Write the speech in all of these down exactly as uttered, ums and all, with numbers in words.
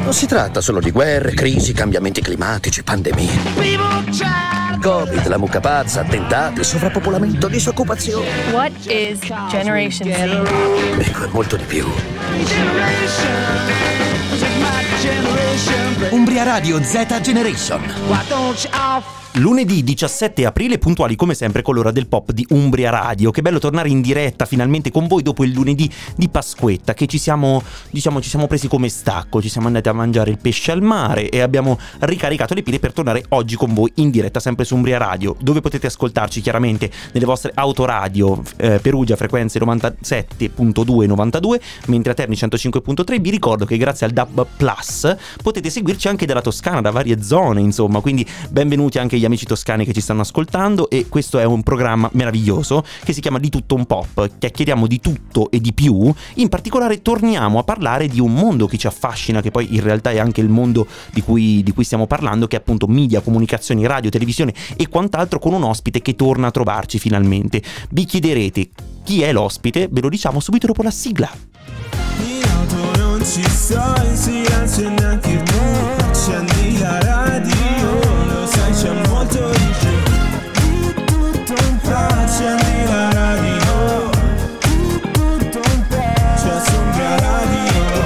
Non si tratta solo di guerre, crisi, cambiamenti climatici, pandemie. Covid, la mucca pazza, attentati, sovrappopolamento, disoccupazione. What is Generation Z? Ecco, è molto di più. Umbria Radio Z Generation. Lunedì diciassette aprile, puntuali come sempre con l'ora del pop di Umbria Radio. Che bello tornare in diretta finalmente con voi dopo il lunedì di Pasquetta, che ci siamo, diciamo, ci siamo presi come stacco, ci siamo andati a mangiare il pesce al mare e abbiamo ricaricato le pile per tornare oggi con voi in diretta sempre su Umbria Radio, dove potete ascoltarci chiaramente nelle vostre autoradio, eh, Perugia frequenze novantasette virgola due novantadue, mentre a Terni centocinque virgola tre. Vi ricordo che grazie al D A B Plus potete seguirci anche dalla Toscana, da varie zone, insomma, quindi benvenuti anche gli amici toscani che ci stanno ascoltando. E questo è un programma meraviglioso che si chiama Di tutto un pop. Chiacchieriamo di tutto e di più. In particolare torniamo a parlare di un mondo che ci affascina, che poi in realtà è anche il mondo di cui, di cui stiamo parlando, che è appunto media, comunicazioni, radio, televisione e quant'altro, con un ospite che torna a trovarci finalmente. Vi chiederete chi è l'ospite? Ve lo diciamo subito dopo la sigla. In auto non ci sto, in silenzio neanche tu. Accendi la radio, lo sai c'è molto di più. Di tutto un po'. Accendi la radio, di tutto un po'. C'è su Umbria Radio,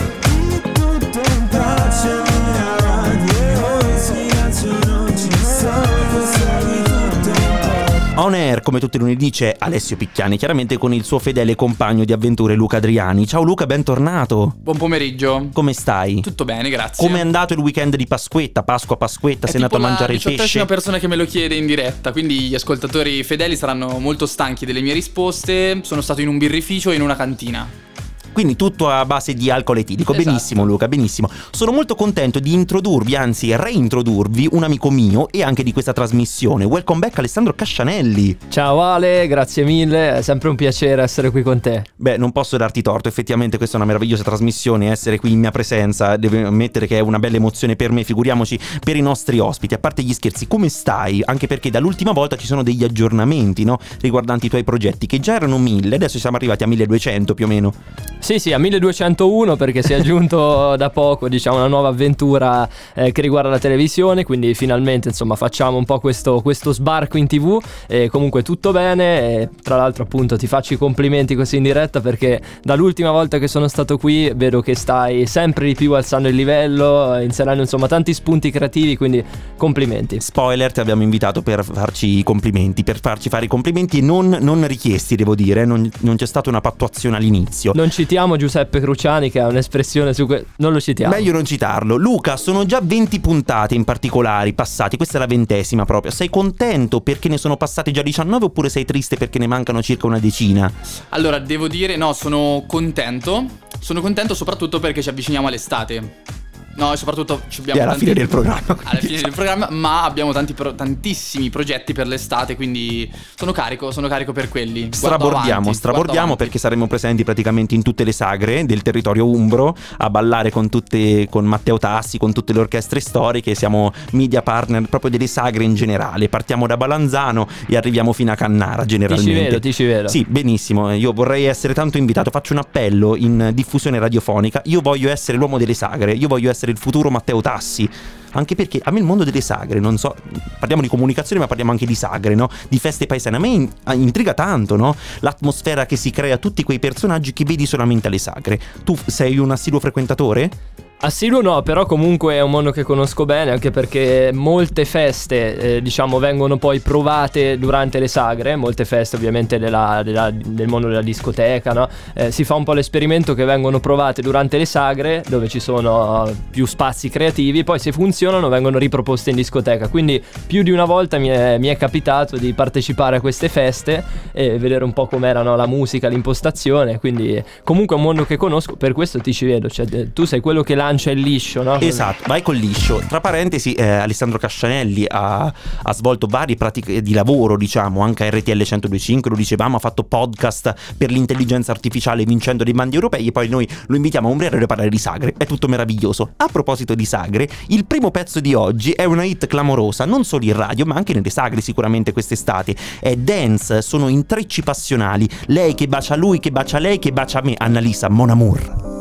di tutto un po'. Accendi la radio, in silenzio non ci sto, lo sai di tutto un po'. On air come tutti i lunedì c'è Alessio Picchiani, chiaramente con il suo fedele compagno di avventure Luca Adriani. Ciao Luca, bentornato. Buon pomeriggio. Come stai? Tutto bene, grazie. Come è andato il weekend di Pasquetta, Pasqua Pasquetta? È sei andato a mangiare il pesce? È tipo la diciottesima persona che me lo chiede in diretta, quindi gli ascoltatori fedeli saranno molto stanchi delle mie risposte. Sono stato in un birrificio e in una cantina. Quindi tutto a base di alcol etilico. Esatto. Benissimo Luca, benissimo. Sono molto contento di introdurvi, anzi reintrodurvi, un amico mio e anche di questa trasmissione. Welcome back Alessandro Cascianelli. Ciao Ale, grazie mille, è sempre un piacere essere qui con te. Beh, non posso darti torto, effettivamente questa è una meravigliosa trasmissione, essere qui in mia presenza, devo ammettere che è una bella emozione per me, figuriamoci per i nostri ospiti. A parte gli scherzi, come stai? Anche perché dall'ultima volta ci sono degli aggiornamenti, no? Riguardanti i tuoi progetti, che già erano mille, adesso siamo arrivati a milleduecento più o meno. Sì, sì, a milleduecentouno perché si è aggiunto da poco, diciamo, una nuova avventura eh, che riguarda la televisione, quindi finalmente, insomma, facciamo un po' questo, questo sbarco in tv e comunque tutto bene. E tra l'altro appunto ti faccio i complimenti così in diretta perché dall'ultima volta che sono stato qui vedo che stai sempre di più alzando il livello, inserendo insomma tanti spunti creativi, quindi complimenti. Spoiler, ti abbiamo invitato per farci i complimenti, per farci fare i complimenti non, non richiesti, devo dire, non, non c'è stata una pattuazione all'inizio. Non citiamo Giuseppe Cruciani che ha un'espressione su que- non lo citiamo. Meglio non citarlo. Luca, sono già venti puntate in particolari passati, questa è la ventesima proprio. Sei contento perché ne sono passate già diciannove oppure sei triste perché ne mancano circa una decina? Allora, devo dire, no, sono contento. Sono contento soprattutto perché ci avviciniamo all'estate. No, soprattutto ci abbiamo è alla tanti... fine del programma. Alla fine del programma, ma abbiamo tanti pro... tantissimi progetti per l'estate, quindi sono carico, sono carico per quelli. Strabordiamo, avanti, strabordiamo perché saremo presenti praticamente in tutte le sagre del territorio umbro a ballare con tutte, con Matteo Tassi, con tutte le orchestre storiche. Siamo media partner proprio delle sagre in generale. Partiamo da Balanzano e arriviamo fino a Cannara generalmente. Ti ci vedo, ti ci vedo. Sì, benissimo. Io vorrei essere tanto invitato. Faccio un appello in diffusione radiofonica. Io voglio essere l'uomo delle sagre. Io voglio essere il futuro Matteo Tassi, anche perché a me il mondo delle sagre, non so, parliamo di comunicazione ma parliamo anche di sagre, no? Di feste paesane, a me in, intriga tanto, no? L'atmosfera che si crea, tutti quei personaggi che vedi solamente alle sagre. Tu sei un assiduo frequentatore? Assiduo no, però comunque è un mondo che conosco bene, anche perché molte feste eh, diciamo vengono poi provate durante le sagre, molte feste ovviamente della, della, del mondo della discoteca, no? Eh, si fa un po' l'esperimento che vengono provate durante le sagre dove ci sono più spazi creativi, poi se funzionano vengono riproposte in discoteca, quindi più di una volta mi è, mi è capitato di partecipare a queste feste e vedere un po' com'erano la musica, l'impostazione, quindi comunque è un mondo che conosco, per questo ti ci vedo, cioè tu sei quello che lancia il liscio, no? Esatto, vai col liscio. Tra parentesi, eh, Alessandro Cascianelli ha, ha svolto varie pratiche di lavoro, diciamo, anche a R T L centodue e cinque, lo dicevamo, ha fatto podcast per l'intelligenza artificiale vincendo dei bandi europei e poi noi lo invitiamo a Umbria Radio a parlare di sagre. È tutto meraviglioso. A proposito di sagre, il primo pezzo di oggi è una hit clamorosa, non solo in radio ma anche nelle sagre sicuramente quest'estate. È Dance, sono intrecci passionali, lei che bacia lui, che bacia lei, che bacia me, Annalisa Mon Amour. Quindi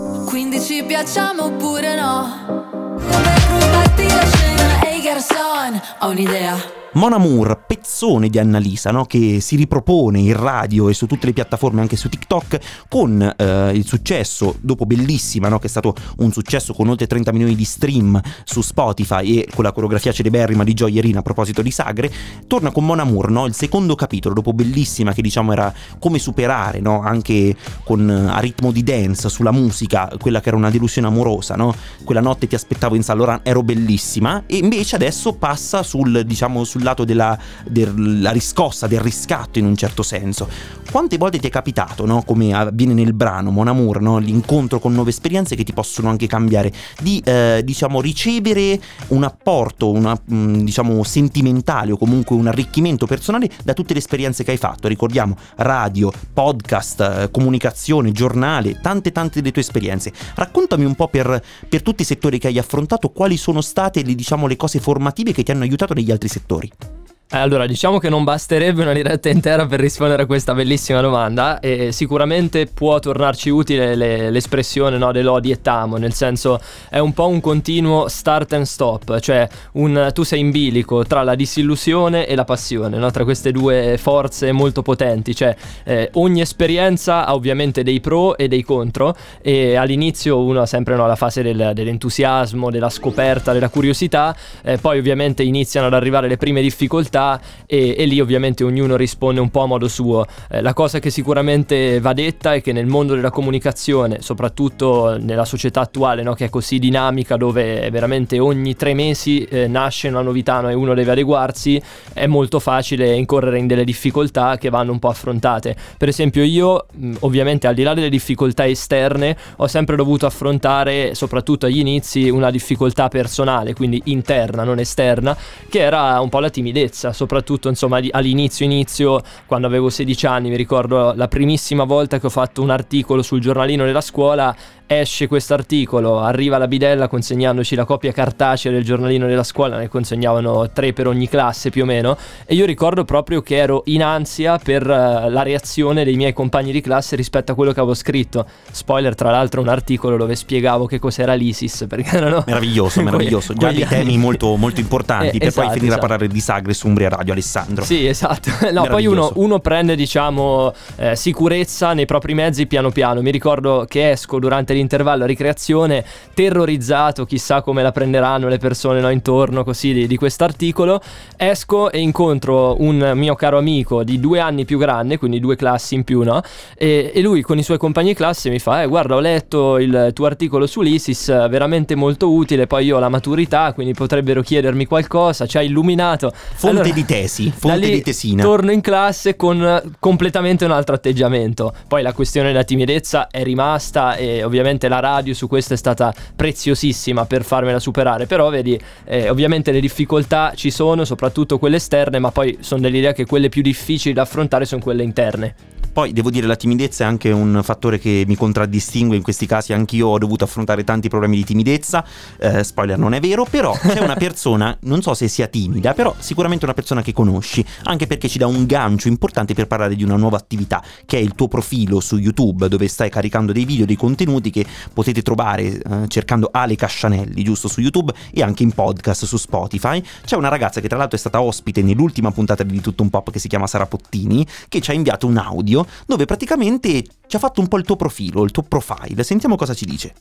quindi ci piacciamo oppure no. Come rubati la scena, ehi garçon, ho un'idea. Mon Amour, pezzone di Annalisa, no? Che si ripropone in radio e su tutte le piattaforme, anche su TikTok, con eh, il successo dopo Bellissima, no? Che è stato un successo con oltre trenta milioni di stream su Spotify e con la coreografia celeberrima di Gioierina a proposito di sagre. Torna con Mon Amour, no? Il secondo capitolo dopo Bellissima, che diciamo era come superare, no? Anche con a ritmo di dance sulla musica quella che era una delusione amorosa, no? Quella notte ti aspettavo in Saint Laurent, ero bellissima, e invece adesso passa sul, diciamo, sul lato della, della riscossa, del riscatto in un certo senso. Quante volte ti è capitato, no? Come avviene nel brano Mon Amour, no? L'incontro con nuove esperienze che ti possono anche cambiare, di eh, diciamo ricevere un apporto, una, mh, diciamo sentimentale o comunque un arricchimento personale da tutte le esperienze che hai fatto. Ricordiamo radio, podcast, eh, comunicazione, giornale, tante tante delle tue esperienze. Raccontami un po' per, per tutti i settori che hai affrontato, quali sono state le, diciamo, le cose formative che ti hanno aiutato negli altri settori. Allora, diciamo che non basterebbe una diretta intera per rispondere a questa bellissima domanda, e sicuramente può tornarci utile le, l'espressione, no, dell'odi e tamo, nel senso è un po' un continuo start and stop, cioè un, tu sei in bilico tra la disillusione e la passione, no? Tra queste due forze molto potenti, cioè eh, ogni esperienza ha ovviamente dei pro e dei contro, e all'inizio uno ha sempre, no, la fase del, dell'entusiasmo, della scoperta, della curiosità, eh, poi ovviamente iniziano ad arrivare le prime difficoltà. E, e lì ovviamente ognuno risponde un po' a modo suo. Eh, la cosa che sicuramente va detta è che nel mondo della comunicazione, soprattutto nella società attuale, no, che è così dinamica, dove veramente ogni tre mesi eh, nasce una novità, no, e uno deve adeguarsi, è molto facile incorrere in delle difficoltà che vanno un po' affrontate. Per esempio io mh, ovviamente al di là delle difficoltà esterne ho sempre dovuto affrontare, soprattutto agli inizi, una difficoltà personale, quindi interna, non esterna, che era un po' la timidezza. Soprattutto insomma all'inizio inizio quando avevo sedici anni, mi ricordo la primissima volta che ho fatto un articolo sul giornalino della scuola. Esce questo articolo, arriva la bidella consegnandoci la copia cartacea del giornalino della scuola, ne consegnavano tre per ogni classe più o meno, e io ricordo proprio che ero in ansia per uh, la reazione dei miei compagni di classe rispetto a quello che avevo scritto. Spoiler, tra l'altro, un articolo dove spiegavo che cos'era l'ISIS, perché erano meraviglioso, meraviglioso, già dei temi molto, molto importanti, eh, per esatto, poi finire esatto. a parlare di sagre su Umbria Radio, Alessandro. Sì, esatto. No, poi uno, uno prende, diciamo, eh, sicurezza nei propri mezzi piano piano. Mi ricordo che esco durante l'intervallo a ricreazione terrorizzato, chissà come la prenderanno le persone, no, intorno così di, di quest'articolo. Esco e incontro un mio caro amico di due anni più grande, quindi due classi in più, no? E, e lui con i suoi compagni di classe mi fa: eh guarda, ho letto il tuo articolo sull'ISIS, veramente molto utile, poi io ho la maturità, quindi potrebbero chiedermi qualcosa, ci ha illuminato. Fonte allora, di tesi, fonte di tesina. Torno in classe con completamente un altro atteggiamento. Poi la questione della timidezza è rimasta, e ovviamente la radio su questo è stata preziosissima per farmela superare. Però vedi, eh, ovviamente le difficoltà ci sono, soprattutto quelle esterne, ma poi sono dell'idea che quelle più difficili da affrontare sono quelle interne. Poi devo dire, la timidezza è anche un fattore che mi contraddistingue in questi casi. Anch'io ho dovuto affrontare tanti problemi di timidezza, eh, spoiler, non è vero, però c'è una persona, non so se sia timida, però sicuramente una persona che conosci, anche perché ci dà un gancio importante per parlare di una nuova attività, che è il tuo profilo su YouTube, dove stai caricando dei video, dei contenuti che potete trovare eh, cercando Ale Cascianelli, giusto, su YouTube, e anche in podcast su Spotify. C'è una ragazza che tra l'altro è stata ospite nell'ultima puntata di Tutto un Pop, che si chiama Sara Pottini, che ci ha inviato un audio dove praticamente ci ha fatto un po' il tuo profilo, il tuo profile. Sentiamo cosa ci dice.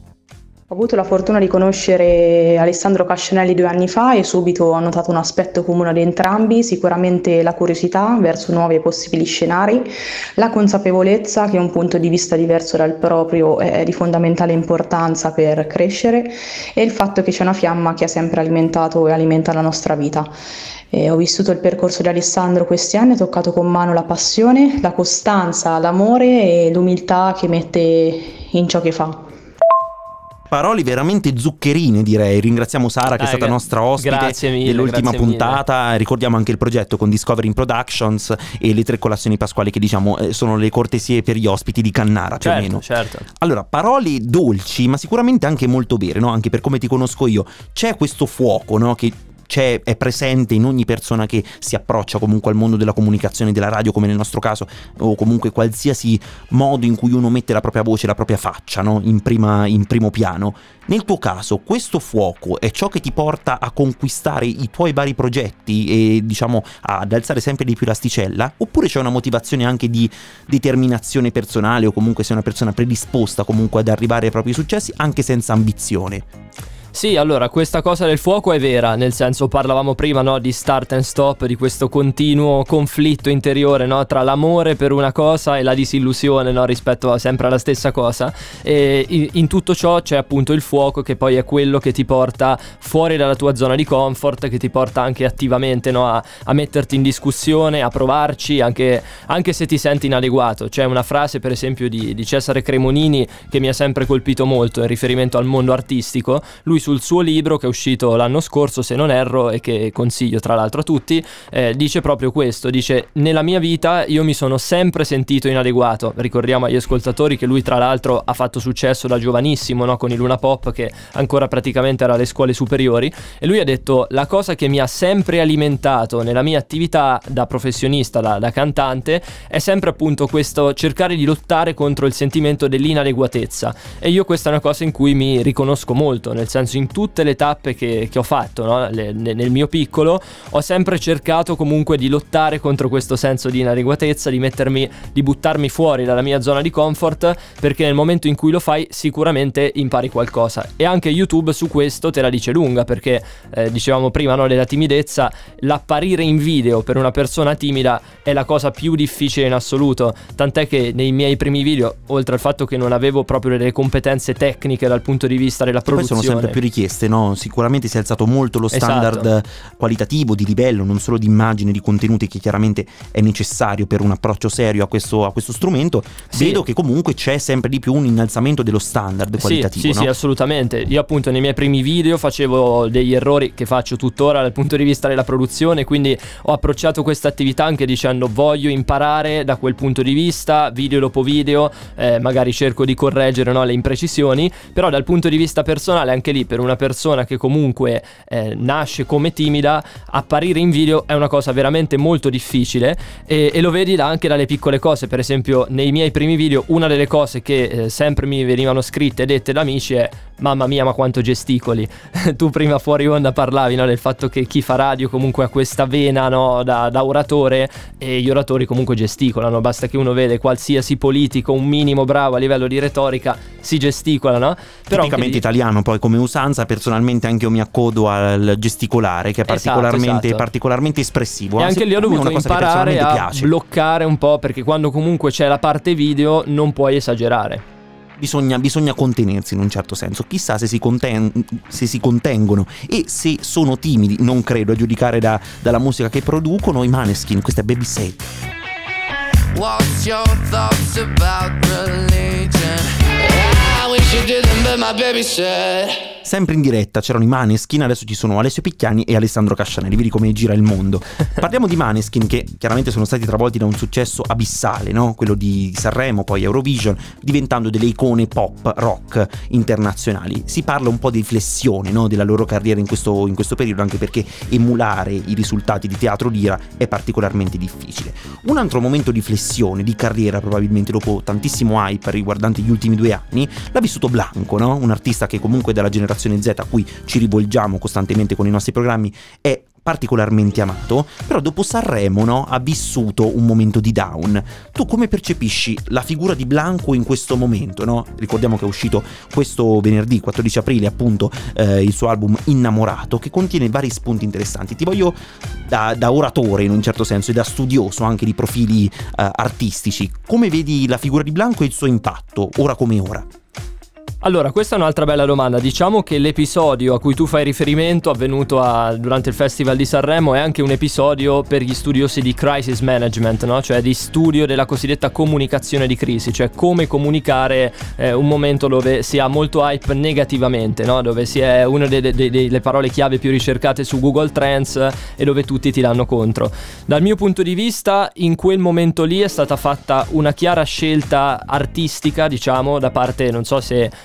Ho avuto la fortuna di conoscere Alessandro Cascianelli due anni fa e subito ho notato un aspetto comune ad entrambi, sicuramente la curiosità verso nuovi e possibili scenari, la consapevolezza che un punto di vista diverso dal proprio è di fondamentale importanza per crescere, e il fatto che c'è una fiamma che ha sempre alimentato e alimenta la nostra vita. E ho vissuto il percorso di Alessandro questi anni, ho toccato con mano la passione, la costanza, l'amore e l'umiltà che mette in ciò che fa. Parole veramente zuccherine, direi. Ringraziamo Sara, che Dai, è stata nostra ospite mille, dell'ultima puntata. Mille. Ricordiamo anche il progetto con Discovering Productions e le tre colazioni pasquali, che diciamo sono le cortesie per gli ospiti di Cannara, più certo, o meno. Certo. Allora, parole dolci, ma sicuramente anche molto vere, no? Anche per come ti conosco io, c'è questo fuoco, no? Che c'è, è presente in ogni persona che si approccia comunque al mondo della comunicazione, della radio, come nel nostro caso, o comunque qualsiasi modo in cui uno mette la propria voce, la propria faccia, no? in, prima, in primo piano. Nel tuo caso questo fuoco è ciò che ti porta a conquistare i tuoi vari progetti e diciamo ad alzare sempre di più l'asticella, oppure c'è una motivazione anche di determinazione personale, o comunque sei una persona predisposta comunque ad arrivare ai propri successi anche senza ambizione? Sì, allora questa cosa del fuoco è vera, nel senso, parlavamo prima, no, di start and stop, di questo continuo conflitto interiore, no, tra l'amore per una cosa e la disillusione, no, rispetto a sempre alla stessa cosa, e in, in tutto ciò c'è appunto il fuoco, che poi è quello che ti porta fuori dalla tua zona di comfort, che ti porta anche attivamente, no, a, a metterti in discussione, a provarci, anche, anche se ti senti inadeguato. C'è una frase per esempio di, di Cesare Cremonini che mi ha sempre colpito molto in riferimento al mondo artistico. Lui sul suo libro, che è uscito l'anno scorso se non erro e che consiglio tra l'altro a tutti, eh, dice proprio questo, dice: nella mia vita io mi sono sempre sentito inadeguato. Ricordiamo agli ascoltatori che lui tra l'altro ha fatto successo da giovanissimo, no? Con i Luna Pop, che ancora praticamente era alle scuole superiori, e lui ha detto: la cosa che mi ha sempre alimentato nella mia attività da professionista, da, da cantante, è sempre appunto questo cercare di lottare contro il sentimento dell'inadeguatezza, e io questa è una cosa in cui mi riconosco molto, nel senso, in tutte le tappe che, che ho fatto, no? le, ne, nel mio piccolo ho sempre cercato comunque di lottare contro questo senso di inadeguatezza, di mettermi, di buttarmi fuori dalla mia zona di comfort, perché nel momento in cui lo fai sicuramente impari qualcosa. E anche YouTube su questo te la dice lunga, perché eh, dicevamo prima, no, della timidezza, l'apparire in video per una persona timida è la cosa più difficile in assoluto, tant'è che nei miei primi video, oltre al fatto che non avevo proprio delle competenze tecniche dal punto di vista della produzione, poi sono sempre più richieste, no? Sicuramente si è alzato molto lo standard, esatto, qualitativo, di livello, non solo di immagine, di contenuti, che chiaramente è necessario per un approccio serio a questo, a questo strumento. Sì. Vedo che comunque c'è sempre di più un innalzamento dello standard qualitativo. Sì, sì, no? sì, assolutamente. Io appunto nei miei primi video facevo degli errori che faccio tuttora dal punto di vista della produzione, quindi ho approcciato questa attività anche dicendo: voglio imparare da quel punto di vista, video dopo video, eh, magari cerco di correggere, no, le imprecisioni, però dal punto di vista personale, anche lì, per una persona che comunque eh, nasce come timida, apparire in video è una cosa veramente molto difficile, e, e lo vedi da, anche dalle piccole cose. Per esempio nei miei primi video una delle cose che eh, sempre mi venivano scritte e dette da amici è: mamma mia, ma quanto gesticoli. Tu prima fuori onda parlavi, no, del fatto che chi fa radio comunque ha questa vena, no, da, da oratore, e gli oratori comunque gesticolano, basta che uno vede qualsiasi politico un minimo bravo a livello di retorica, si gesticola, no? Però tipicamente lì... italiano poi come usanza. Personalmente anche io mi accodo al gesticolare, che è particolarmente, esatto, esatto. particolarmente espressivo. E anche lì ho dovuto imparare a piace. bloccare un po', perché quando comunque c'è la parte video non puoi esagerare. Bisogna, bisogna contenersi in un certo senso. Chissà se si, conten- se si contengono e se sono timidi, non credo, a giudicare da, dalla musica che producono i Maneskin. Questa è Baby Say. What's your thoughts about religion? I wish you didn't, but my baby said. Sempre in diretta c'erano i Maneskin, adesso ci sono Alessio Picchiani e Alessandro Cascianelli. Vedi come gira il mondo. Parliamo di Maneskin, che chiaramente sono stati travolti da un successo abissale, no? Quello di Sanremo, poi Eurovision, diventando delle icone pop rock internazionali. Si parla un po' di flessione, no? Della loro carriera in questo, in questo periodo, anche perché emulare i risultati di Teatro Lira è particolarmente difficile. Un altro momento di flessione di carriera, probabilmente dopo tantissimo hype riguardante gli ultimi due anni, l'ha vissuto Blanco, no? Un artista che comunque dalla generazione Z, a cui ci rivolgiamo costantemente con i nostri programmi, è particolarmente amato, però dopo Sanremo, no, ha vissuto un momento di down. Tu come percepisci la figura di Blanco in questo momento, no? Ricordiamo che è uscito questo venerdì quattordici aprile appunto eh, il suo album Innamorato, che contiene vari spunti interessanti. Ti voglio da, da oratore in un certo senso e da studioso anche di profili eh, artistici, come vedi la figura di Blanco e il suo impatto ora come ora? Allora, questa è un'altra bella domanda. Diciamo che l'episodio a cui tu fai riferimento, avvenuto a, durante il Festival di Sanremo, è anche un episodio per gli studiosi di crisis management, no? Cioè di studio della cosiddetta comunicazione di crisi, cioè come comunicare eh, un momento dove si ha molto hype negativamente, no? Dove si è una delle, delle, delle parole chiave più ricercate su Google Trends e dove tutti ti danno contro. Dal mio punto di vista, in quel momento lì è stata fatta una chiara scelta artistica, diciamo, da parte, non so se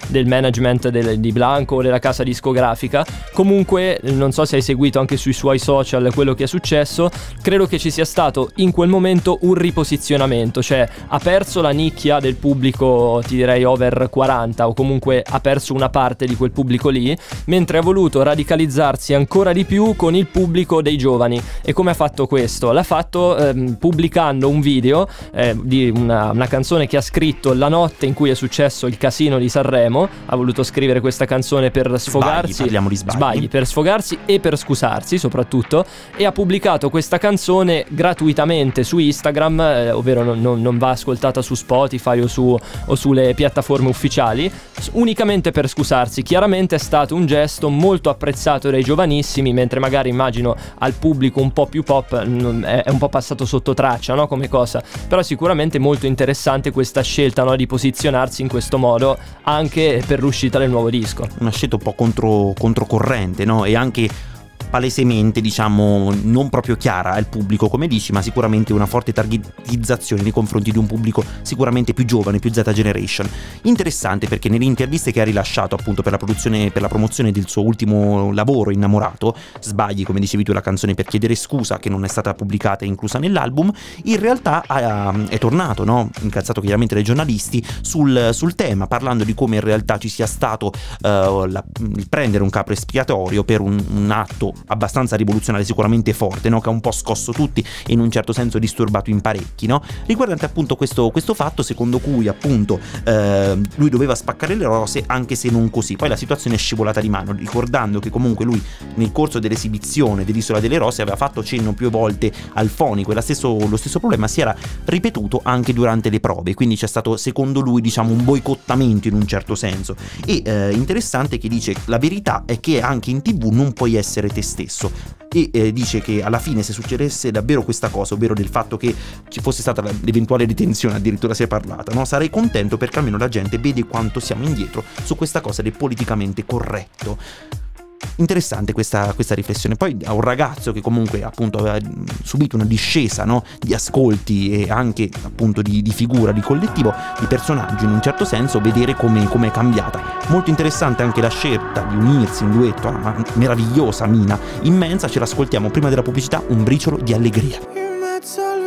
del management del, di Blanco o della casa discografica. Comunque non so se hai seguito anche sui suoi social quello che è successo, credo che ci sia stato in quel momento un riposizionamento, cioè ha perso la nicchia del pubblico, ti direi over quaranta, o comunque ha perso una parte di quel pubblico lì, mentre ha voluto radicalizzarsi ancora di più con il pubblico dei giovani. E come ha fatto questo? L'ha fatto ehm, pubblicando un video eh, di una, una canzone che ha scritto la notte in cui è successo il casino di Sanremo. Ha voluto scrivere questa canzone per sfogarsi, sbagli, parliamo di sbagli. sbagli, per sfogarsi e per scusarsi soprattutto, e ha pubblicato questa canzone gratuitamente su Instagram, eh, ovvero non, non, non va ascoltata su Spotify o, su, o sulle piattaforme ufficiali, unicamente per scusarsi. Chiaramente è stato un gesto molto apprezzato dai giovanissimi, mentre magari immagino al pubblico un po' più pop non, è, è un po' passato sotto traccia, no, come cosa, però sicuramente molto interessante questa scelta, no, di posizionarsi in questo modo anche per l'uscita del nuovo disco. Una scelta un po' contro, controcorrente, no? E anche palesemente, diciamo, non proprio chiara al pubblico, come dici, ma sicuramente una forte targetizzazione nei confronti di un pubblico sicuramente più giovane, più Z Generation. Interessante, perché nelle interviste che ha rilasciato appunto per la produzione, per la promozione del suo ultimo lavoro, Innamorato, Sbagli, come dicevi tu, la canzone per chiedere scusa che non è stata pubblicata e inclusa nell'album, in realtà ha, è tornato, no? Incazzato chiaramente dai giornalisti sul, sul tema, parlando di come in realtà ci sia stato uh, la, il prendere un capro espiatorio per un, un atto abbastanza rivoluzionario, sicuramente forte, no? Che ha un po' scosso tutti e in un certo senso disturbato in parecchi, no? Riguardante appunto questo, questo fatto secondo cui appunto eh, lui doveva spaccare le rose, anche se non così. Poi la situazione è scivolata di mano, ricordando che comunque lui nel corso dell'esibizione dell'Isola delle Rose aveva fatto cenno più volte al fonico, e la stesso, lo stesso problema si era ripetuto anche durante le prove, quindi c'è stato secondo lui, diciamo, un boicottamento in un certo senso. E eh, interessante che dice: la verità è che anche in TV non puoi essere te stesso, e eh, dice che alla fine, se succedesse davvero questa cosa, ovvero del fatto che ci fosse stata l'eventuale detenzione, addirittura si è parlata, no? Sarei contento perché almeno la gente vede quanto siamo indietro su questa cosa del politicamente corretto. Interessante questa, questa riflessione. Poi a un ragazzo che comunque appunto aveva subito una discesa, no, di ascolti e anche appunto di, di figura, di collettivo, di personaggio, in un certo senso, vedere come è cambiata. Molto interessante anche la scelta di unirsi in duetto a una meravigliosa Mina Immensa. Ce l'ascoltiamo prima della pubblicità, Un briciolo di allegria. In mezzo al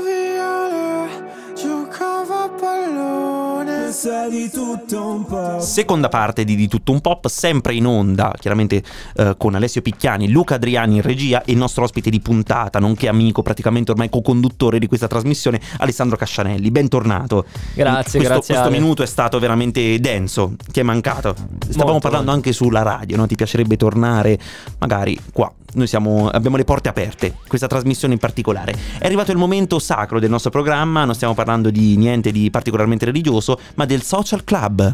viale giocava pallone, sa di tutto un po'. Seconda parte di Di tutto un pop, sempre in onda, chiaramente eh, con Alessio Picchiani, Luca Adriani in regia e il nostro ospite di puntata, nonché amico, praticamente ormai co-conduttore di questa trasmissione, Alessandro Cascianelli. Bentornato. Grazie, questo, grazie. Questo Ale. minuto è stato veramente denso, ti è mancato. Stavamo Molto, parlando molto. anche sulla radio, no? Ti piacerebbe tornare magari qua? Noi siamo, abbiamo le porte aperte, questa trasmissione in particolare. È arrivato il momento sacro del nostro programma, non stiamo parlando di niente di particolarmente religioso, ma del Social Club.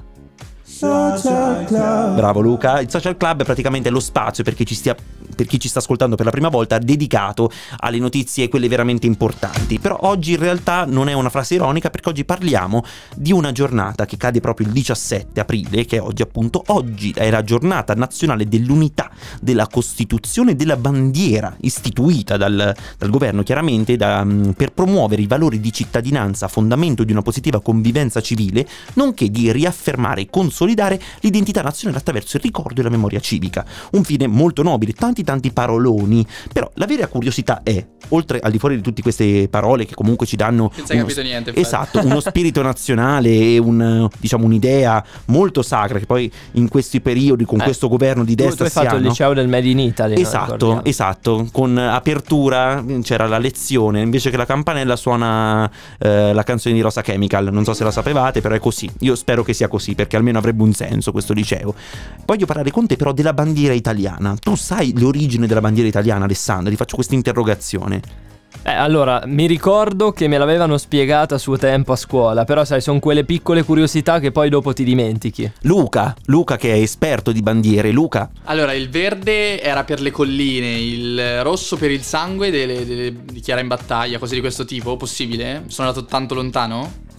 Social Club. Bravo Luca. Il Social Club è praticamente lo spazio per chi ci stia, per chi ci sta ascoltando per la prima volta, dedicato alle notizie, quelle veramente importanti. Però oggi in realtà non è una frase ironica, perché oggi parliamo di una giornata che cade proprio il diciassette aprile, che è oggi appunto. Oggi è la giornata nazionale dell'unità, della Costituzione e della bandiera, istituita dal, dal governo chiaramente da, per promuovere i valori di cittadinanza, fondamento di una positiva convivenza civile, nonché di riaffermare e consolidare l'identità nazionale attraverso il ricordo e la memoria civica. Un fine molto nobile, tanti tanti paroloni, però la vera curiosità è, oltre al di fuori di tutte queste parole che comunque ci danno Non hai capito niente, infatti. esatto, uno spirito nazionale e un, diciamo, un'idea molto sacra che poi in questi periodi con Eh, questo governo di Tu, tu destra hai si fatto ha, il no? liceo del Made in Italy, no? Esatto, Ricordiamo. esatto, con apertura c'era la lezione, invece che la campanella suona eh, la canzone di Rosa Chemical. Non so se la sapevate, però è così. Io spero che sia così, perché almeno avrebbe un senso questo liceo. Voglio parlare con te però della bandiera italiana. Tu sai l'origine della bandiera italiana, Alessandro? Ti faccio questa interrogazione. Eh, allora, mi ricordo che me l'avevano spiegata a suo tempo a scuola, però sai, sono quelle piccole curiosità che poi dopo ti dimentichi. Luca, Luca che è esperto di bandiere. Luca? Allora, il verde era per le colline, il rosso per il sangue delle, delle, di chi era in battaglia, cose di questo tipo. Possibile? Sono andato tanto lontano?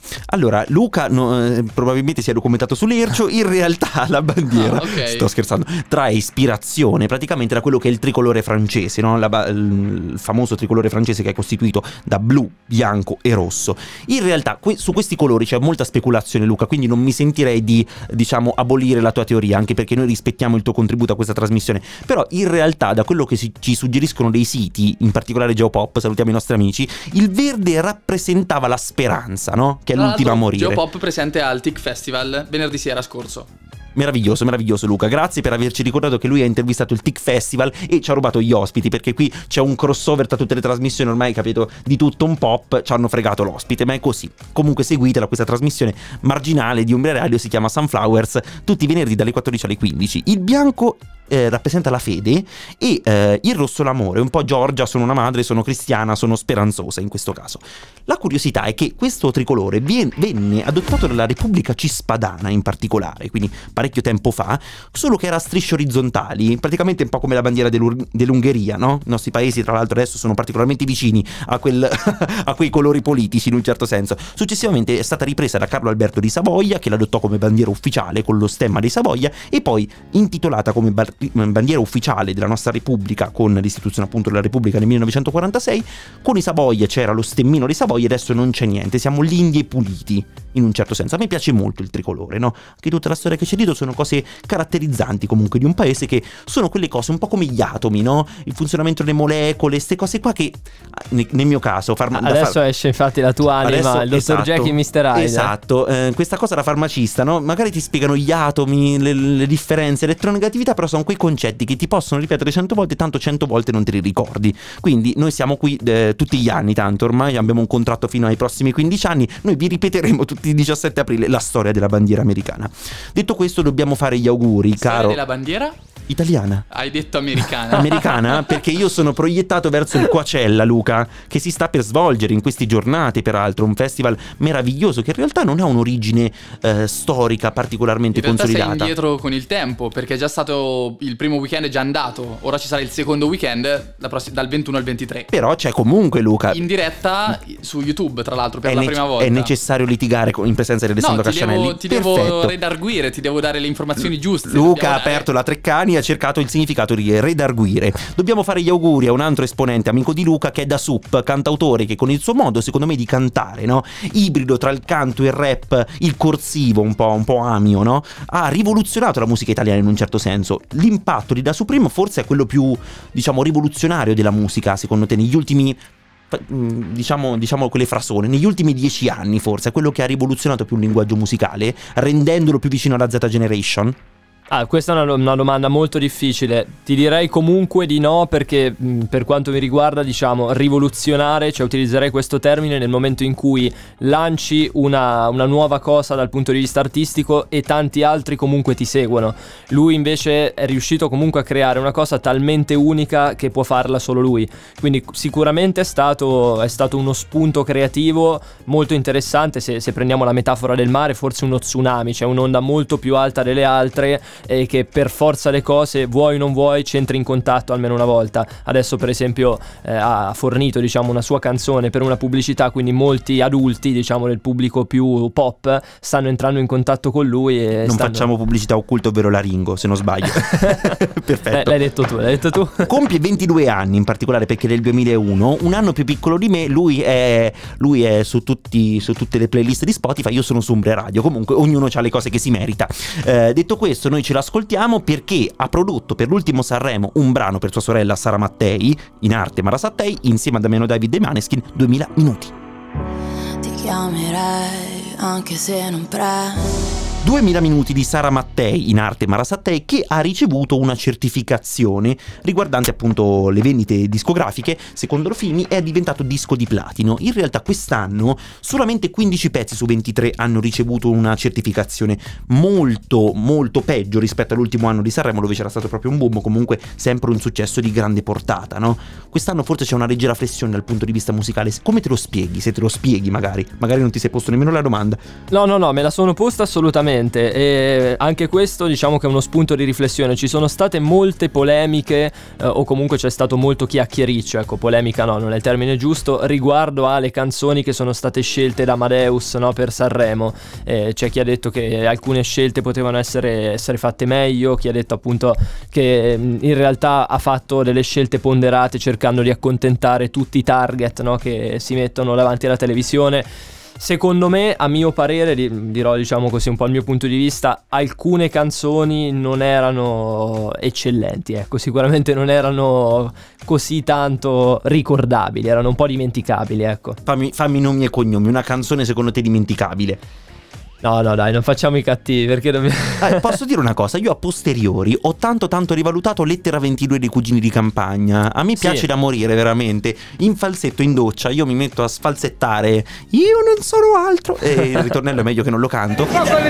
Allora, Luca no, eh, probabilmente si è documentato su Lercio. In realtà la bandiera, ah, okay. sto scherzando, trae ispirazione praticamente da quello che è il tricolore francese, no? La, il famoso tricolore francese che è costituito da blu, bianco e rosso. In realtà que- su questi colori c'è molta speculazione, Luca, quindi non mi sentirei di, diciamo, abolire la tua teoria, anche perché noi rispettiamo il tuo contributo a questa trasmissione. Però in realtà, da quello che si- ci suggeriscono dei siti, in particolare Geopop, salutiamo i nostri amici, il verde rappresentava la speranza, no? Che è Tra l'ultima a l'altro, morire. Geopop presente al T I C Festival venerdì sera scorso. Meraviglioso, meraviglioso Luca, grazie per averci ricordato che lui ha intervistato il T I C Festival e ci ha rubato gli ospiti, perché qui c'è un crossover tra tutte le trasmissioni, ormai capito, di tutto un pop, ci hanno fregato l'ospite, ma è così. Comunque seguitela questa trasmissione marginale di Umbria Radio, si chiama Sunflowers, tutti i venerdì dalle quattordici alle quindici. Il bianco eh, rappresenta la fede e eh, il rosso l'amore, un po' Giorgia, sono una madre, sono cristiana, sono speranzosa in questo caso. La curiosità è che questo tricolore vien- venne adottato dalla Repubblica Cispadana in particolare, quindi parecchio tempo fa, solo che era a strisce orizzontali, praticamente un po' come la bandiera dell'Ur- dell'Ungheria, no? I nostri paesi tra l'altro adesso sono particolarmente vicini a, quel a quei colori politici in un certo senso. Successivamente è stata ripresa da Carlo Alberto di Savoia, che l'adottò come bandiera ufficiale con lo stemma di Savoia, e poi intitolata come bar- bandiera ufficiale della nostra Repubblica con l'istituzione appunto della Repubblica nel millenovecentoquarantasei. Con i Savoia c'era lo stemmino di Savoia, adesso non c'è niente, siamo l'Indie puliti in un certo senso. A me piace molto il tricolore, no? Che tutta la storia che c'è dietro sono cose caratterizzanti comunque di un paese, che sono quelle cose un po' come gli atomi, no? Il funzionamento delle molecole, queste cose qua che nel, nel mio caso farma- adesso far- esce infatti la tua anima, adesso, il dottor esatto, Jackie mister Hyde. Esatto, eh, questa cosa da farmacista, no? Magari ti spiegano gli atomi, le, le differenze, elettronegatività, però sono quei concetti che ti possono ripetere cento volte, tanto cento volte non te li ricordi. Quindi noi siamo qui eh, tutti gli anni, tanto ormai abbiamo un contratto fino ai prossimi quindici anni, noi vi ripeteremo tutti il diciassette aprile la storia della bandiera americana. Detto questo, dobbiamo fare gli auguri, Storia caro. della bandiera? Italiana. Hai detto americana. Americana perché io sono proiettato verso il Coachella, Luca, che si sta per svolgere in queste giornate, peraltro un festival meraviglioso che in realtà non ha un'origine eh, storica particolarmente In realtà consolidata. sei indietro con il tempo, perché è già stato il primo weekend, è già andato. Ora ci sarà il secondo weekend la pross- dal ventuno al ventitré. Però c'è comunque, Luca, In diretta su YouTube, tra l'altro, per è la nece- prima volta. è necessario litigare con- in presenza di Alessandro No, ti Cascianelli. devo, ti devo Perfetto. redarguire, ti devo dare le informazioni giuste. Luca Dobbiamo ha dare- aperto la Treccani e ha cercato il significato di redarguire. Dobbiamo fare gli auguri a un altro esponente amico di Luca, che è Da Sup, cantautore che con il suo modo, secondo me, di cantare, no? Ibrido tra il canto, il rap, il corsivo, un po', un po' amio, no? Ha rivoluzionato la musica italiana in un certo senso. L'impatto di Da Supreme forse è quello più, diciamo, rivoluzionario della musica, secondo te, negli ultimi... Diciamo, diciamo quelle frasone, negli ultimi dieci anni forse è quello che ha rivoluzionato più il linguaggio musicale, rendendolo più vicino alla Z Generation? Ah, questa è una, una domanda molto difficile. Ti direi comunque di no, perché mh, per quanto mi riguarda, diciamo, rivoluzionare, cioè utilizzerei questo termine nel momento in cui lanci una, una nuova cosa dal punto di vista artistico e tanti altri comunque ti seguono. Lui invece è riuscito comunque a creare una cosa talmente unica che può farla solo lui. Quindi sicuramente è stato, è stato uno spunto creativo molto interessante. Se, se prendiamo la metafora del mare, forse uno tsunami, cioè un'onda molto più alta delle altre, e che per forza le cose, vuoi o non vuoi, ci entri in contatto almeno una volta. Adesso per esempio eh, ha fornito, diciamo, una sua canzone per una pubblicità, quindi molti adulti, diciamo, del pubblico più pop stanno entrando in contatto con lui e non stanno... facciamo pubblicità occulta, ovvero la Ringo, se non sbaglio. Perfetto. Eh, l'hai detto tu, l'hai detto tu. Compie ventidue anni in particolare, perché nel duemilauno, un anno più piccolo di me. Lui è, lui è su, tutti, su tutte le playlist di Spotify, io sono su Umbria Radio. Comunque ognuno ha le cose che si merita. Eh, detto questo, noi ce l'ascoltiamo perché ha prodotto per l'ultimo Sanremo un brano per sua sorella Sara Mattei, in arte Mara Sattei, insieme a Damiano David e Maneskin, duemila minuti. Ti chiamerei anche se non prendo. duemila minuti di Sara Mattei, in arte Mara Sattei, che ha ricevuto una certificazione riguardante appunto le vendite discografiche. Secondo Rofini è diventato disco di platino. In realtà quest'anno solamente quindici pezzi su ventitré hanno ricevuto una certificazione, molto molto peggio rispetto all'ultimo anno di Sanremo, dove c'era stato proprio un boom. Comunque sempre un successo di grande portata, no? Quest'anno forse c'è una leggera flessione dal punto di vista musicale. Come te lo spieghi? Se te lo spieghi magari magari non ti sei posto nemmeno la domanda. No, no, no, me la sono posta assolutamente. assolutamente, e anche questo diciamo che è uno spunto di riflessione. Ci sono state molte polemiche eh, o comunque c'è stato molto chiacchiericcio, ecco, polemica no, non è il termine giusto, riguardo alle canzoni che sono state scelte da Amadeus, no, per Sanremo. Eh, c'è chi ha detto che alcune scelte potevano essere, essere fatte meglio, chi ha detto appunto che in realtà ha fatto delle scelte ponderate cercando di accontentare tutti i target, no, che si mettono davanti alla televisione. Secondo me, a mio parere, dirò diciamo così un po' il mio punto di vista, alcune canzoni non erano eccellenti, ecco, sicuramente non erano così tanto ricordabili, erano un po' dimenticabili, ecco. Fammi, fammi nomi e cognomi, una canzone secondo te dimenticabile? No, no, dai, non facciamo i cattivi, perché dobbiamo... eh, posso dire una cosa? Io a posteriori ho tanto tanto rivalutato Lettera ventidue dei Cugini di Campagna. A me piace sì. da morire, veramente. In falsetto, in doccia, io mi metto a sfalsettare "Io non sono altro", e il ritornello è meglio che non lo canto.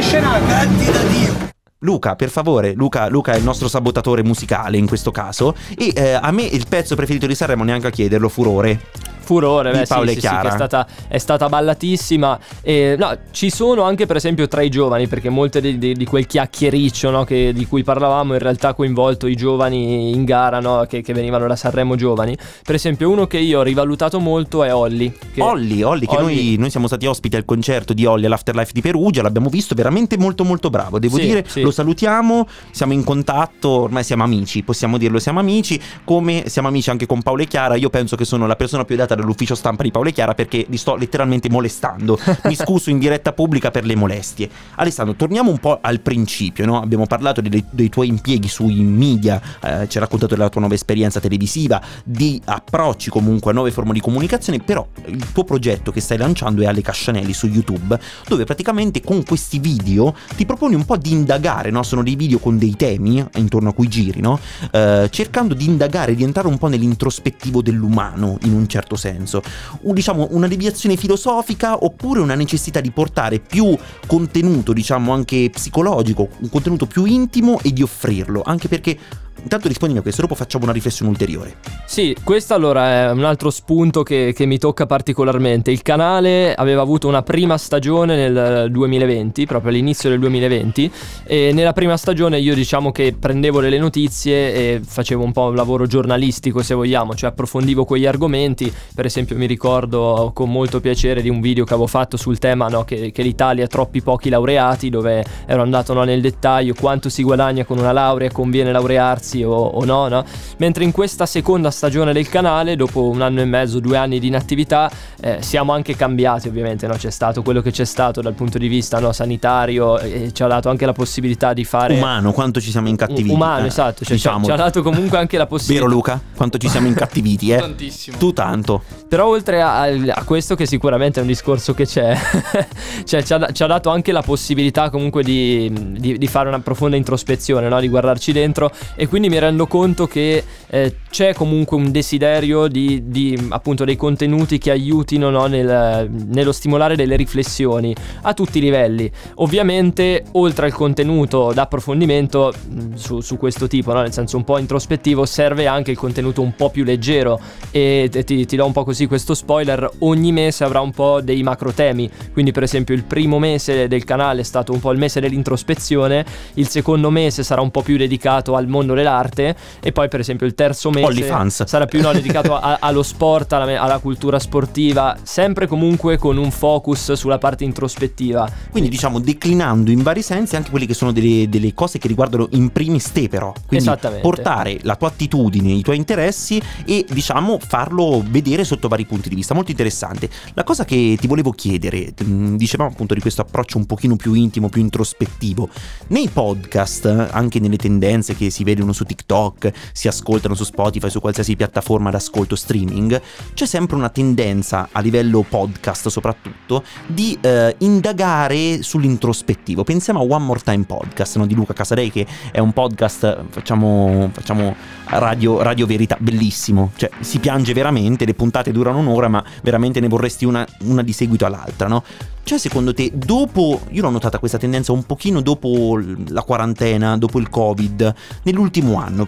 Luca, per favore, Luca, Luca è il nostro sabotatore musicale in questo caso. E eh, a me il pezzo preferito di Sanremo, neanche a chiederlo, Furore. Furore, beh, di Paola sì, e sì, Chiara. sì, che è stata, è stata ballatissima. E, no, ci sono anche per esempio tra i giovani, perché molte di, di, di quel chiacchiericcio, no, che, di cui parlavamo in realtà ha coinvolto i giovani in gara, no, che, che venivano da Sanremo giovani. Per esempio uno che io ho rivalutato molto è Olly. Che Olly, Olly, che Olly... Noi, noi siamo stati ospiti al concerto di Olly all'Afterlife di Perugia, l'abbiamo visto, veramente molto molto bravo, devo sì, dire, sì. Lo salutiamo, siamo in contatto, ormai siamo amici, possiamo dirlo, siamo amici, come siamo amici anche con Paola e Chiara. Io penso che sono la persona più adatta dall'ufficio stampa di Paola e Chiara, perché li sto letteralmente molestando. Mi scuso in diretta pubblica per le molestie. Alessandro, torniamo un po' al principio, no? Abbiamo parlato dei, dei tuoi impieghi sui media, eh, ci hai raccontato della tua nuova esperienza televisiva, di approcci comunque a nuove forme di comunicazione, però il tuo progetto che stai lanciando è Ale Cascianelli su YouTube, dove praticamente con questi video ti proponi un po' di indagare, no? Sono dei video con dei temi intorno a cui giri, no? Eh, cercando di indagare, di entrare un po' nell'introspettivo dell'umano, in un certo senso. Un, diciamo una deviazione filosofica oppure una necessità di portare più contenuto, diciamo anche psicologico, un contenuto più intimo, e di offrirlo, anche perché intanto rispondimi a questo, dopo facciamo una riflessione ulteriore. Sì, questo allora è un altro spunto che, che mi tocca particolarmente. Il canale aveva avuto una prima stagione nel duemilaventi, proprio all'inizio del duemilaventi, e nella prima stagione io diciamo che prendevo delle notizie e facevo un po' un lavoro giornalistico, se vogliamo, cioè approfondivo quegli argomenti. Per esempio mi ricordo con molto piacere di un video che avevo fatto sul tema, no, che, che l'Italia ha troppi pochi laureati, dove ero andato, no, nel dettaglio quanto si guadagna con una laurea, conviene laurearsi o, o no, no? Mentre in questa seconda stagione del canale, dopo un anno e mezzo, due anni di inattività, eh, siamo anche cambiati, ovviamente, no? C'è stato quello che c'è stato dal punto di vista, no, sanitario, e ci ha dato anche la possibilità di fare umano, quanto ci siamo incattiviti. Umano, eh, esatto, cioè, diciamo. ci ha dato comunque anche la possibilità. Vero Luca? Quanto ci siamo incattiviti, eh? Tantissimo. Tu tanto. Però oltre a, a questo, che sicuramente è un discorso che c'è, cioè ci ha, ci ha dato anche la possibilità comunque di, di, di fare una profonda introspezione, no? Di guardarci dentro, e quindi mi rendo conto che eh, c'è comunque un desiderio di, di appunto dei contenuti che aiutino, no? Nel, nello stimolare delle riflessioni a tutti i livelli. Ovviamente oltre al contenuto d'approfondimento mh, su, su questo tipo, no? Nel senso un po' introspettivo, serve anche il contenuto un po' più leggero, e ti, ti do un po' così questo spoiler: ogni mese avrà un po' dei macro temi. Quindi per esempio il primo mese del canale è stato un po' il mese dell'introspezione, il secondo mese sarà un po' più dedicato al mondo dell'arte, e poi per esempio il terzo mese OnlyFans. sarà più, no, dedicato a, allo sport, alla, alla cultura sportiva, sempre comunque con un focus sulla parte introspettiva. Quindi diciamo declinando in vari sensi anche quelle che sono delle, delle cose che riguardano in primis te, però. Quindi portare la tua attitudine, i tuoi interessi, e diciamo farlo vedere sotto vari punti di vista. Molto interessante. La cosa che ti volevo chiedere, dicevamo appunto di questo approccio un pochino più intimo, più introspettivo. Nei podcast, anche nelle tendenze che si vedono su TikTok, si ascoltano su Spotify, su qualsiasi piattaforma d'ascolto streaming, c'è sempre una tendenza a livello podcast soprattutto di eh, indagare sull'introspettivo. Pensiamo a One More Time Podcast, no? Di Luca Casadei, che è un podcast, facciamo, facciamo radio, radio verità, bellissimo, cioè si piange veramente, le puntate durano un'ora, ma veramente ne vorresti una, una di seguito all'altra, no? Cioè secondo te, dopo, io l'ho notata questa tendenza un pochino dopo la quarantena, dopo il Covid, nell'ultimo anno,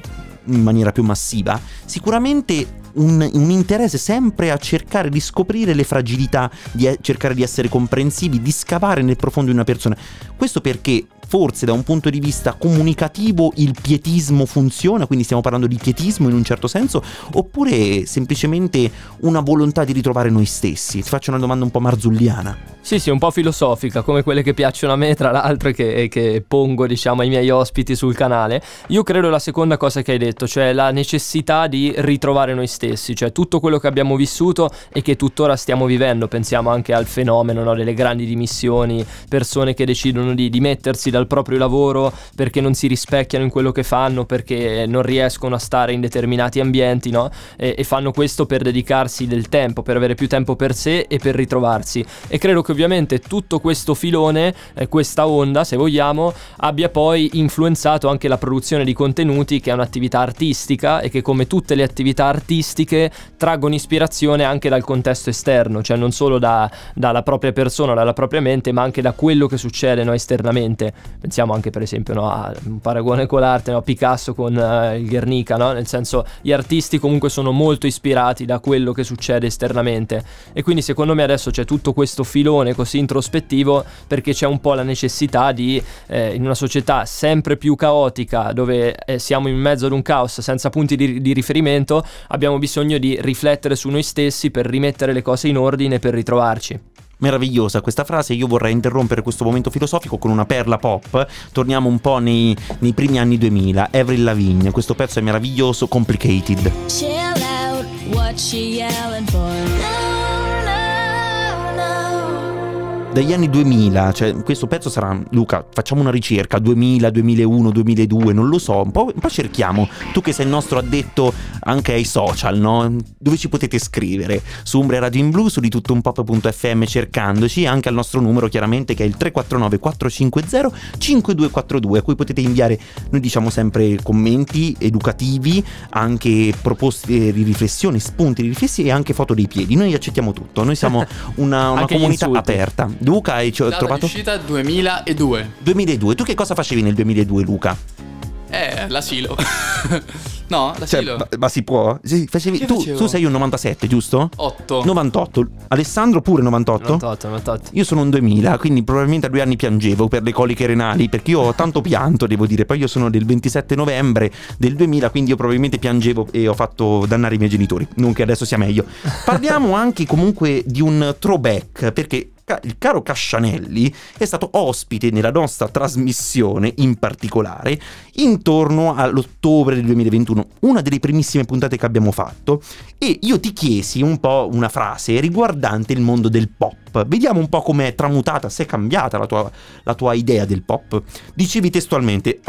in maniera più massiva, sicuramente un, un interesse sempre a cercare di scoprire le fragilità, di a, cercare di essere comprensivi, di scavare nel profondo di una persona. Questo perché forse da un punto di vista comunicativo il pietismo funziona, quindi stiamo parlando di pietismo in un certo senso, oppure semplicemente una volontà di ritrovare noi stessi? Ti faccio una domanda un po' marzulliana. Sì, sì, un po' filosofica, come quelle che piacciono a me, tra l'altro, che, che pongo, diciamo, ai miei ospiti sul canale. Io credo la seconda cosa che hai detto, cioè la necessità di ritrovare noi stessi, cioè tutto quello che abbiamo vissuto e che tuttora stiamo vivendo. Pensiamo anche al fenomeno, no, delle grandi dimissioni, persone che decidono di dimettersi dal proprio lavoro perché non si rispecchiano in quello che fanno, perché non riescono a stare in determinati ambienti, no? E, e fanno questo per dedicarsi del tempo, per avere più tempo per sé e per ritrovarsi. E credo che ovviamente tutto questo filone, eh, questa onda, se vogliamo, abbia poi influenzato anche la produzione di contenuti, che è un'attività artistica e che, come tutte le attività artistiche, traggono ispirazione anche dal contesto esterno, cioè non solo da, dalla propria persona, dalla propria mente, ma anche da quello che succede, no, esternamente. Pensiamo anche, per esempio, no, a un paragone con l'arte, no, Picasso con uh, il Guernica, no? Nel senso, gli artisti comunque sono molto ispirati da quello che succede esternamente, e quindi secondo me adesso c'è tutto questo filone così introspettivo perché c'è un po' la necessità di, eh, in una società sempre più caotica, dove eh, siamo in mezzo ad un caos senza punti di, di riferimento, abbiamo bisogno di riflettere su noi stessi per rimettere le cose in ordine, per ritrovarci. Meravigliosa questa frase. Io vorrei interrompere questo momento filosofico con una perla pop. Torniamo un po' nei, nei primi anni duemila. Avril Lavigne, questo pezzo è meraviglioso, Complicated. Chill out, what she yelling for? No, no, no. Dagli anni duemila, cioè questo pezzo sarà, Luca, facciamo una ricerca, duemila, duemilauno, duemiladue, non lo so, un po', un po' cerchiamo. Tu che sei il nostro addetto anche ai social, no? Dove ci potete scrivere? Su Umbria Radio in Blu, su di tutto un pop punto effe emme, cercandoci, anche al nostro numero chiaramente, che è il tre quattro nove quattro cinque zero cinque due quattro due, a cui potete inviare, noi diciamo sempre, commenti educativi, anche proposte di riflessione, spunti di riflessione e anche foto dei piedi. Noi accettiamo tutto, noi siamo una, una comunità aperta. Luca, hai ci ho Data trovato? Data di uscita duemiladue. duemiladue. Tu che cosa facevi nel duemiladue, Luca? Eh, l'asilo. No, l'asilo. Cioè, ma, ma si può? Sì, facevi, tu, tu sei un novantasette, giusto? otto. novantotto. Alessandro pure novantotto? novantotto, novantotto. Io sono un duemila, quindi probabilmente a due anni piangevo per le coliche renali, perché io ho tanto pianto, devo dire. Poi io sono del ventisette novembre del duemila, quindi io probabilmente piangevo e ho fatto dannare i miei genitori. Non che adesso sia meglio. Parliamo anche comunque di un throwback, perché il caro Cascianelli è stato ospite nella nostra trasmissione, in particolare intorno all'ottobre del duemilaventuno, una delle primissime puntate che abbiamo fatto, e io ti chiesi un po' una frase riguardante il mondo del pop. Vediamo un po' com'è tramutata, se è cambiata la tua, la tua idea del pop. Dicevi testualmente: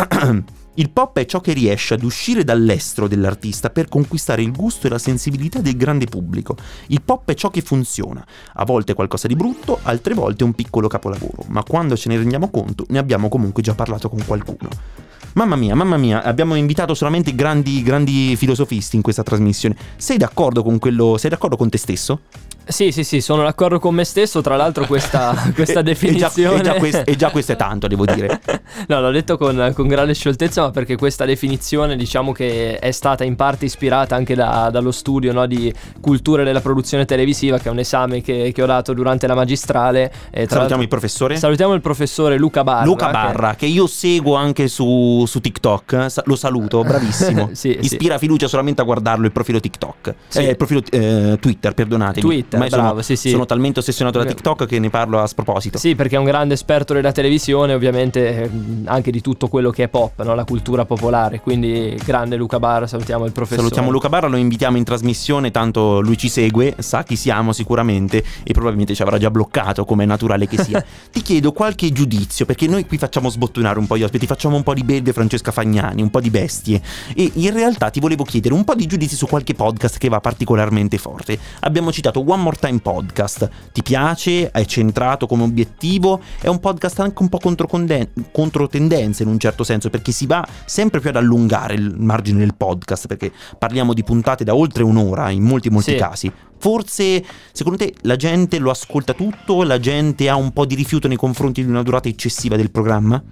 il pop è ciò che riesce ad uscire dall'estero dell'artista per conquistare il gusto e la sensibilità del grande pubblico. Il pop è ciò che funziona. A volte è qualcosa di brutto, altre volte è un piccolo capolavoro, ma quando ce ne rendiamo conto ne abbiamo comunque già parlato con qualcuno. Mamma mia, mamma mia, abbiamo invitato solamente grandi, grandi filosofisti in questa trasmissione. Sei d'accordo con quello? Sei d'accordo con te stesso? Sì, sì, sì, sono d'accordo con me stesso. Tra l'altro questa, questa definizione E già, e, già quest, e già questo è tanto, devo dire. No, l'ho detto con, con grande scioltezza, ma perché questa definizione, diciamo, che è stata in parte ispirata anche da, dallo studio, no, di cultura della produzione televisiva, che è un esame che, che ho dato durante la magistrale. E tra Salutiamo il professore. Salutiamo il professore Luca Barra. Luca Barra, che, che io seguo anche su, su TikTok. Lo saluto, bravissimo. Sì, ispira sì. fiducia solamente a guardarlo il profilo TikTok. Sì. Eh, il profilo eh, Twitter, perdonatemi. Twitter. Ormai Bravo, sono, sì, sì. sono talmente ossessionato da TikTok che ne parlo a sproposito. Sì, perché è un grande esperto della televisione, ovviamente anche di tutto quello che è pop, no? La cultura popolare. Quindi grande Luca Barra, salutiamo il professore. Salutiamo Luca Barra, lo invitiamo in trasmissione, tanto lui ci segue, sa chi siamo sicuramente e probabilmente ci avrà già bloccato, come è naturale che sia. Ti chiedo qualche giudizio, perché noi qui facciamo sbottonare un po' gli ospiti, facciamo un po' di Belve Francesca Fagnani, un po' di bestie, e in realtà ti volevo chiedere un po' di giudizi su qualche podcast che va particolarmente forte. Abbiamo citato One More Time Podcast. Ti piace? È centrato come obiettivo? È un podcast anche un po' controtendenza in un certo senso, perché si va sempre più ad allungare il margine del podcast, perché parliamo di puntate da oltre un'ora in molti molti sì. casi. Forse, secondo te, la gente lo ascolta tutto? La gente ha un po' di rifiuto nei confronti di una durata eccessiva del programma?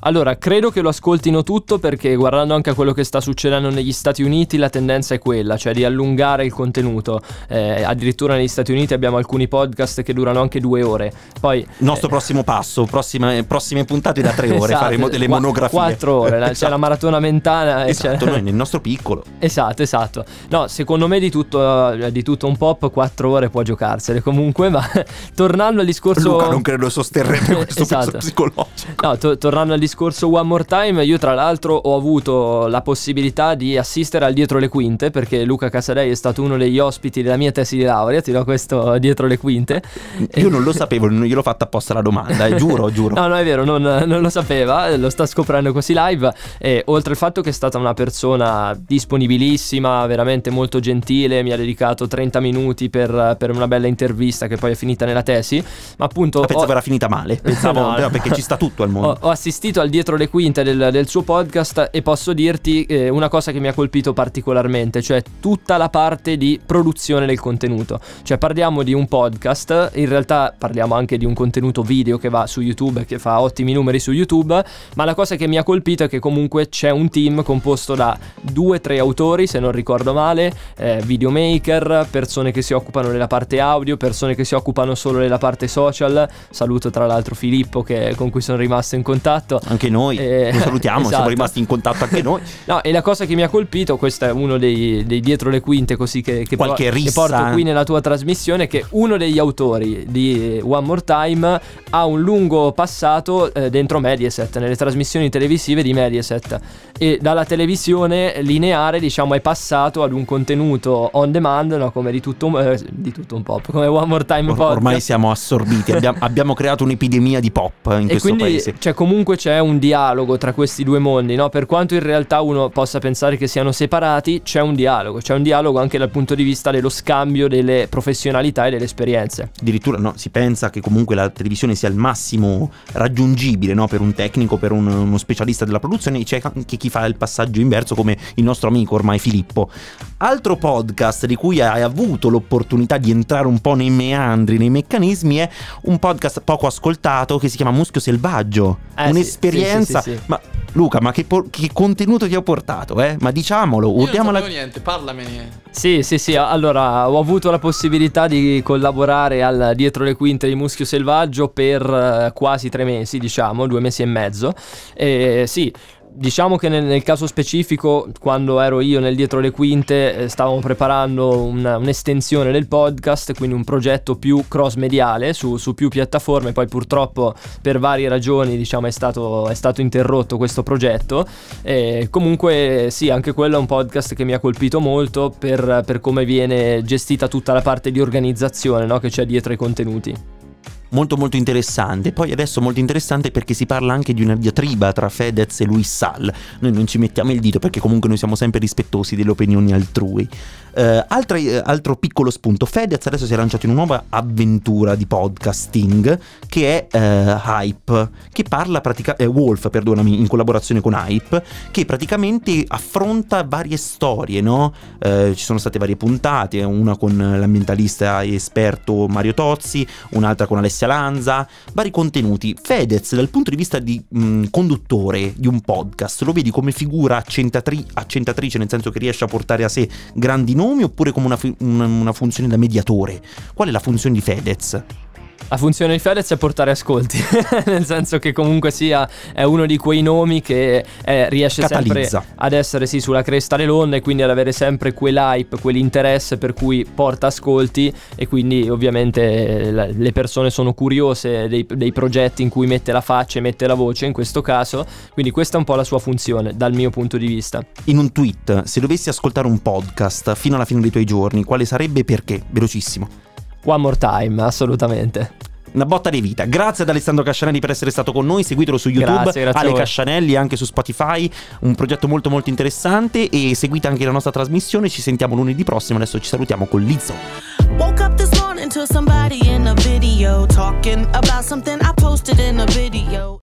Allora, credo che lo ascoltino tutto, perché guardando anche a quello che sta succedendo negli Stati Uniti, la tendenza è quella, cioè di allungare il contenuto. Eh, addirittura negli Stati Uniti abbiamo alcuni podcast che durano anche due ore. Poi nostro eh, prossimo passo, prossime, prossime puntate da tre ore, esatto, faremo delle qu- monografie. Quattro ore, esatto. C'è la maratona mentana. Esatto, c'è... noi nel nostro piccolo. Esatto, esatto. No, secondo me di tutto, di tutto un pop, quattro ore può giocarsele comunque, ma tornando al discorso... Luca non credo sosterrebbe questo esatto. peso psicologico. No, to- tornando al discorso One More Time, io tra l'altro ho avuto la possibilità di assistere al dietro le quinte, perché Luca Casadei è stato uno degli ospiti della mia tesi di laurea, ti do questo dietro le quinte. Io non lo sapevo, non gliel'ho fatta apposta la domanda, eh, giuro, giuro. No, no, è vero, non, non lo sapeva, lo sta scoprendo così live. E oltre al fatto che è stata una persona disponibilissima, veramente molto gentile, mi ha dedicato trenta minuti per, per una bella intervista che poi è finita nella tesi, ma appunto... Ma pensavo ho... era finita male, pensavo, no, no, perché ci sta tutto al mondo. Ho, ho assistito al dietro le quinte del, del suo podcast e posso dirti eh, una cosa che mi ha colpito particolarmente, cioè tutta la parte di produzione del contenuto. Cioè parliamo di un podcast, in realtà parliamo anche di un contenuto video che va su YouTube, che fa ottimi numeri su YouTube, ma la cosa che mi ha colpito è che comunque c'è un team composto da due o tre autori, se non ricordo male, eh, videomaker, persone che si occupano della parte audio, persone che si occupano solo della parte social. Saluto tra l'altro Filippo, che, con cui sono rimasto in contatto. Anche noi, eh, lo salutiamo, esatto. Siamo rimasti in contatto anche noi. No, e la cosa che mi ha colpito, questo è uno dei, dei dietro le quinte così che, che, Qualche po- rissa, che porto qui nella tua trasmissione, che uno degli autori di One More Time ha un lungo passato eh, dentro Mediaset, nelle trasmissioni televisive di Mediaset, e dalla televisione lineare diciamo è passato ad un contenuto on demand, no, come di tutto, eh, di tutto un pop, come One More Time Or- podcast. Ormai siamo assorbiti, abbiamo, abbiamo creato un'epidemia di pop in e questo quindi, paese. Cioè, comunque c'è un dialogo tra questi due mondi, no? Per quanto in realtà uno possa pensare che siano separati, c'è un dialogo, c'è un dialogo anche dal punto di vista dello scambio delle professionalità e delle esperienze. Addirittura no, si pensa che comunque la televisione sia al massimo raggiungibile, no? Per un tecnico, per un, uno specialista della produzione, c'è anche chi fa il passaggio inverso, come il nostro amico ormai Filippo. Altro podcast di cui hai avuto l'opportunità di entrare un po' nei meandri, nei meccanismi, è un podcast poco ascoltato che si chiama Muschio Selvaggio. Eh, Un'esperienza. sì, sì, sì, sì. Ma Luca, ma che, por- che contenuto ti ho portato, eh? Ma diciamolo, Io non urliamo la... sapevo niente, parlamene. Sì, sì, sì, allora ho avuto la possibilità di collaborare al dietro le quinte di Muschio Selvaggio per uh, quasi tre mesi, diciamo, due mesi e mezzo. E sì, diciamo che nel, nel caso specifico, quando ero io nel dietro le quinte, eh, stavamo preparando una, un'estensione del podcast, quindi un progetto più cross mediale su, su più piattaforme. Poi purtroppo per varie ragioni diciamo è stato, è stato interrotto questo progetto. E comunque sì, anche quello è un podcast che mi ha colpito molto per, per come viene gestita tutta la parte di organizzazione, no, che c'è dietro ai contenuti. Molto molto interessante. Poi adesso molto interessante perché si parla anche di una diatriba tra Fedez e Luis Sal. Noi non ci mettiamo il dito perché comunque noi siamo sempre rispettosi delle opinioni altrui. Uh, altra, uh, altro piccolo spunto: Fedez adesso si è lanciato in una nuova avventura di podcasting che è uh, Hype, che parla praticamente eh, Wolf, perdonami, in collaborazione con Hype, che praticamente affronta varie storie, no? Uh, ci sono state varie puntate, una con l'ambientalista e esperto Mario Tozzi, un'altra con Alessia Lanza, vari contenuti. Fedez dal punto di vista di mh, conduttore di un podcast lo vedi come figura accentratri- accentatrice, nel senso che riesce a portare a sé grandi nomi, oppure come una, fu- una, una funzione da mediatore? Qual è la funzione di Fedez? La funzione di Fedez è portare ascolti, nel senso che comunque sia è uno di quei nomi che eh, riesce Catalizza. sempre ad essere sì sulla cresta dell'onda e quindi ad avere sempre quell'hype, quell'interesse per cui porta ascolti, e quindi ovviamente eh, le persone sono curiose dei, dei progetti in cui mette la faccia e mette la voce in questo caso, quindi questa è un po' la sua funzione dal mio punto di vista. In un tweet, se dovessi ascoltare un podcast fino alla fine dei tuoi giorni, quale sarebbe e perché? Velocissimo. One More Time, assolutamente. Una botta di vita. Grazie ad Alessandro Cascianelli per essere stato con noi. Seguitelo su YouTube. Grazie, grazie Ale a voi. Cascianelli anche su Spotify. Un progetto molto molto interessante. E seguite anche la nostra trasmissione. Ci sentiamo lunedì prossimo. Adesso ci salutiamo con Lizzo. Woke up this morning to somebody in a video talking about something I posted in a video.